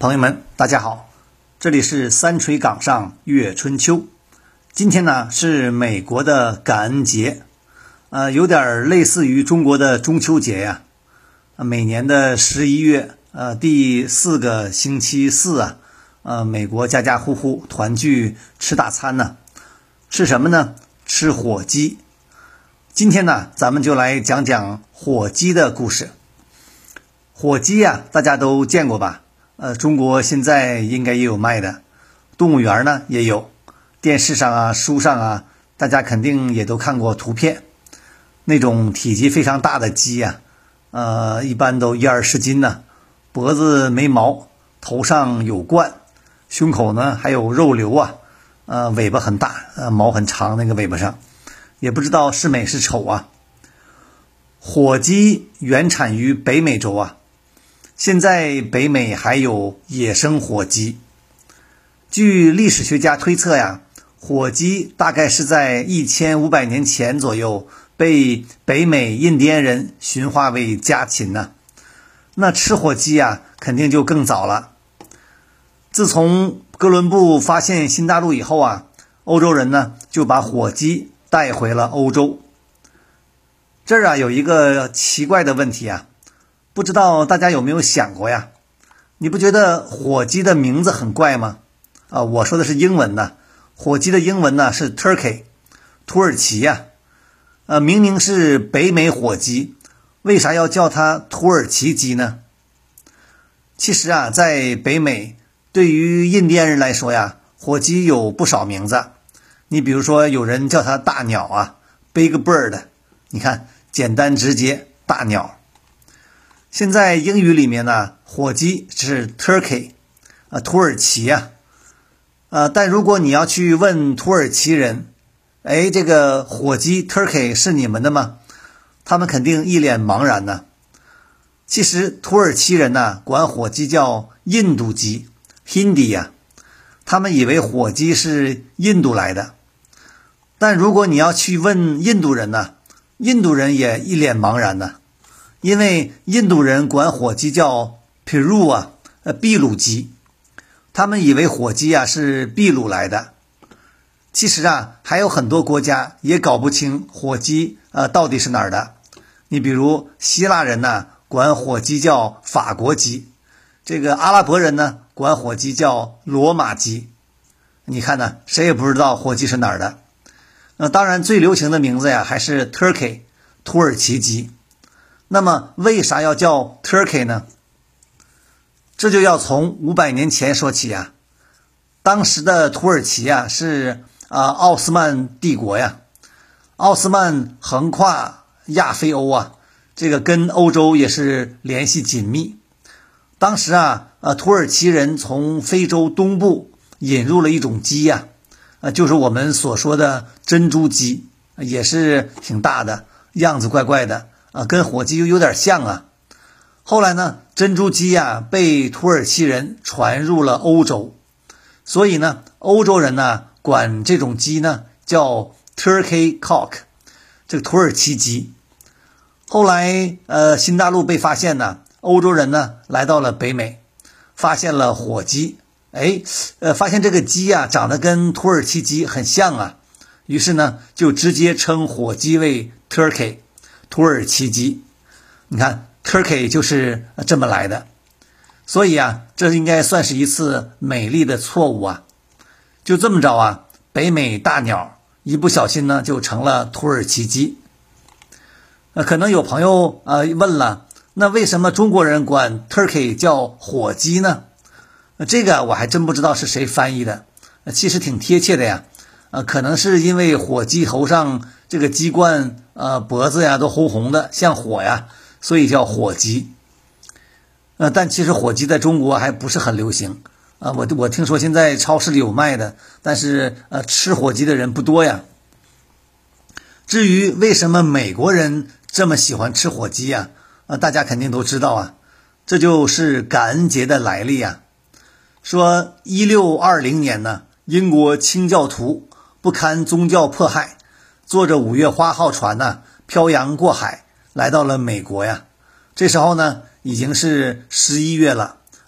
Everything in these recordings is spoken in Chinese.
朋友们，大家好，这里是三锤岗上阅春秋。今天呢是美国的感恩节，有点类似于中国的中秋节呀。每年的11月，第4个星期四美国家家户户团聚吃大餐呢。吃什么呢？吃火鸡。今天呢，咱们就来讲讲火鸡的故事。火鸡大家都见过吧？中国现在应该也有卖的，动物园呢也有，电视上书上大家肯定也都看过图片。那种体积非常大的鸡一般都1-20斤呢，脖子没毛，头上有冠，胸口呢还有肉瘤尾巴很大，毛很长，那个尾巴上，也不知道是美是丑火鸡原产于北美洲现在北美还有野生火鸡。据历史学家推测火鸡大概是在1500年前左右被北美印第安人驯化为家禽那吃火鸡肯定就更早了。自从哥伦布发现新大陆以后欧洲人呢就把火鸡带回了欧洲。这儿有一个奇怪的问题不知道大家有没有想过你不觉得火鸡的名字很怪吗？我说的是英文火鸡的英文呢是 turkey， 土耳其明明是北美火鸡，为啥要叫它土耳其鸡呢？其实在北美，对于印第安人来说火鸡有不少名字。你比如说有人叫它大鸟big bird， 你看简单直接，大鸟。现在英语里面火鸡是 turkey， 土耳其但如果你要去问土耳其人，这个火鸡 turkey 是你们的吗？他们肯定一脸茫然其实土耳其人管火鸡叫印度鸡 Hindi 他们以为火鸡是印度来的。但如果你要去问印度人印度人也一脸茫然因为印度人管火鸡叫 Peru 秘鲁鸡，他们以为火鸡是秘鲁来的。其实还有很多国家也搞不清火鸡到底是哪儿的。你比如希腊人管火鸡叫法国鸡，这个阿拉伯人管火鸡叫罗马鸡。你看谁也不知道火鸡是哪儿的。当然最流行的名字还是 Turkey， 土耳其鸡。那么为啥要叫 Turkey 呢？这就要从500年前说起当时的土耳其是奥斯曼帝国奥斯曼横跨亚非欧这个跟欧洲也是联系紧密。当时土耳其人从非洲东部引入了一种鸡就是我们所说的珍珠鸡，也是挺大的，样子怪怪的跟火鸡有点像后来呢，珍珠鸡被土耳其人传入了欧洲，所以呢，欧洲人管这种鸡叫 Turkey cock， 这个土耳其鸡。后来新大陆被发现欧洲人来到了北美，发现了火鸡，发现这个鸡长得跟土耳其鸡很像于是呢就直接称火鸡为 Turkey， 土耳其鸡。你看 Turkey 就是这么来的。所以这应该算是一次美丽的错误就这么着北美大鸟一不小心就成了土耳其鸡。可能有朋友问了，那为什么中国人管 Turkey 叫火鸡呢？这个我还真不知道是谁翻译的，其实挺贴切的可能是因为火鸡头上这个鸡冠脖子都红红的像火所以叫火鸡。但其实火鸡在中国还不是很流行我听说现在超市里有卖的，但是吃火鸡的人不多至于为什么美国人这么喜欢吃火鸡大家肯定都知道这就是感恩节的来历说1620年英国清教徒不堪宗教迫害，坐着5月花号船漂洋过海来到了美国这时候呢已经是11月了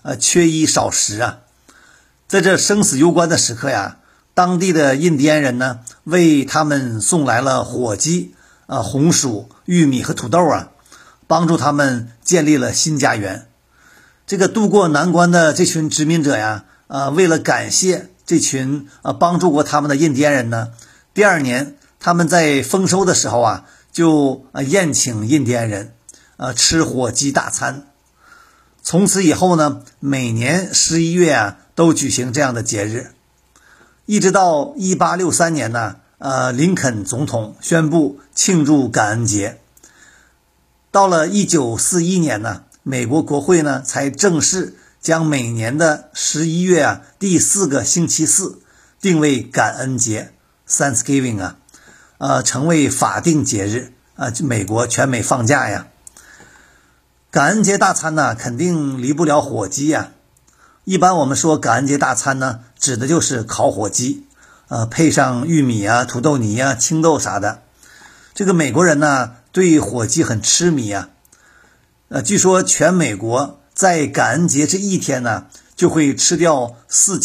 缺衣少食啊。在这生死攸关的时刻呀，当地的印第安人呢，为他们送来了火鸡、红薯、玉米和土豆啊，帮助他们建立了新家园。这个渡过难关的这群殖民者呀，为了感谢这群帮助过他们的印第安人呢，第2年他们在丰收的时候啊，就宴请印第安人，吃火鸡大餐。从此以后呢，每年11月啊，都举行这样的节日，一直到1863年呢，林肯总统宣布庆祝感恩节。到了1941年呢，美国国会呢才正式将每年的11月啊第4个星期四定为感恩节 Thanksgiving 啊，成为法定节日啊，美国全美放假呀。感恩节大餐呢，肯定离不了火鸡呀。一般我们说感恩节大餐呢，指的就是烤火鸡，配上玉米啊、土豆泥啊、青豆啥的。这个美国人呢，对火鸡很痴迷啊。据说全美国在感恩节这一天呢，就会吃掉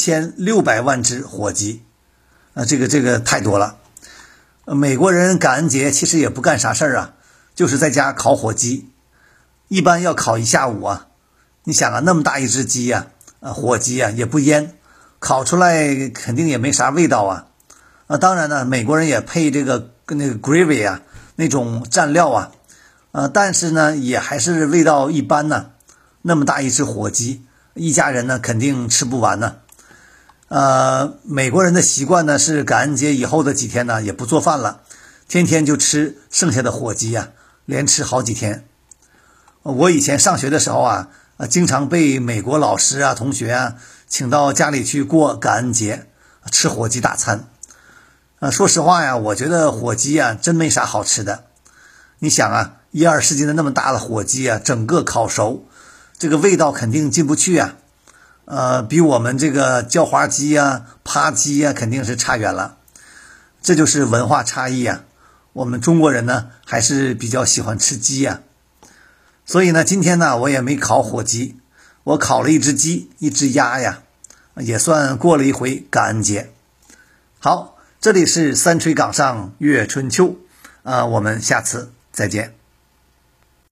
4600万只火鸡，这个太多了。美国人感恩节其实也不干啥事儿啊，就是在家烤火鸡。一般要烤1下午啊，你想啊，那么大一只鸡啊，火鸡啊也不腌，烤出来肯定也没啥味道啊。当然呢，美国人也配那个 gravy 啊，那种蘸料啊，但是呢也还是味道一般呢。那么大一只火鸡，一家人呢肯定吃不完呢。美国人的习惯呢是感恩节以后的几天呢也不做饭了，天天就吃剩下的火鸡啊，连吃好几天。我以前上学的时候啊，经常被美国老师啊、同学啊请到家里去过感恩节，吃火鸡大餐。说实话呀，我觉得火鸡啊真没啥好吃的。你想啊，1-20斤的那么大的火鸡啊，整个烤熟，这个味道肯定进不去啊。比我们这个叫花鸡啊、扒鸡啊，肯定是差远了。这就是文化差异啊。我们中国人呢，还是比较喜欢吃鸡啊。所以呢，今天呢，我也没烤火鸡，我烤了一只鸡、一只鸭呀，也算过了一回感恩节。好，这里是三吹岗上月春秋，我们下次再见。